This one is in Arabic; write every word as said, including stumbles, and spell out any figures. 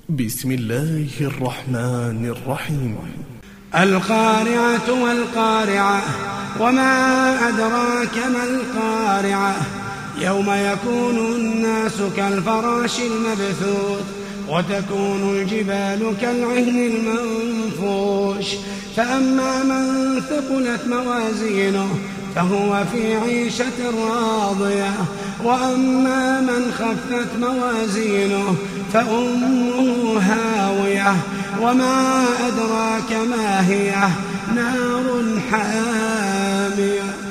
بسم الله الرحمن الرحيم. القارعة والقارعة وما أدراك ما القارعة يوم يكون الناس كالفراش المبثوث وتكون الجبال كالعهن المنفوش فأما من ثقلت موازينه فهو في عيشة راضية وأما من خفت موازينه فأمه هاوية وما أدراك ما هي نار حامية.